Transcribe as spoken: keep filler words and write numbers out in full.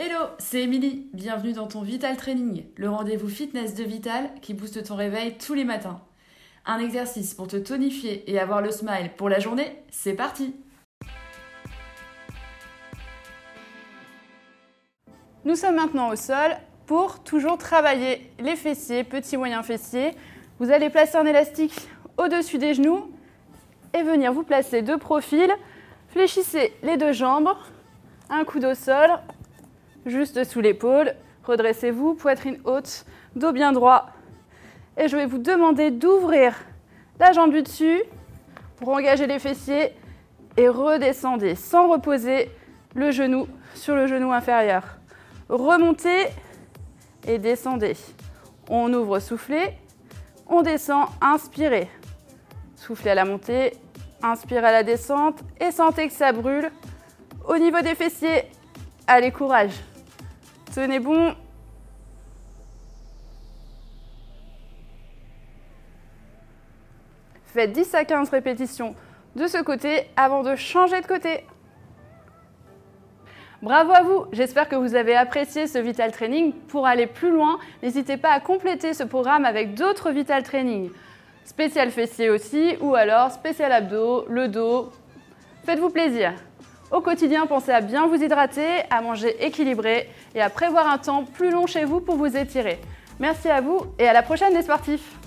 Hello, c'est Émilie. Bienvenue dans ton Vital Training, le rendez-vous fitness de Vital qui booste ton réveil tous les matins. Un exercice pour te tonifier et avoir le smile pour la journée, c'est parti! Nous sommes maintenant au sol pour toujours travailler les fessiers, petits moyens fessiers. Vous allez placer un élastique au-dessus des genoux et venir vous placer de profil. Fléchissez les deux jambes, un coude au sol, juste sous l'épaule. Redressez-vous, poitrine haute, dos bien droit. Et je vais vous demander d'ouvrir la jambe du dessus pour engager les fessiers et redescendez sans reposer le genou sur le genou inférieur. Remontez et descendez. On ouvre, soufflez. On descend, inspirez. Soufflez à la montée, inspirez à la descente et sentez que ça brûle. Au niveau des fessiers, allez, courage. Tenez bon. Faites dix à quinze répétitions de ce côté avant de changer de côté. Bravo à vous, j'espère que vous avez apprécié ce Vital Training. Pour aller plus loin, n'hésitez pas à compléter ce programme avec d'autres Vital Training. Spécial fessier aussi, ou alors spécial abdos, le dos. Faites-vous plaisir. Au quotidien, pensez à bien vous hydrater, à manger équilibré et à prévoir un temps plus long chez vous pour vous étirer. Merci à vous et à la prochaine les sportifs.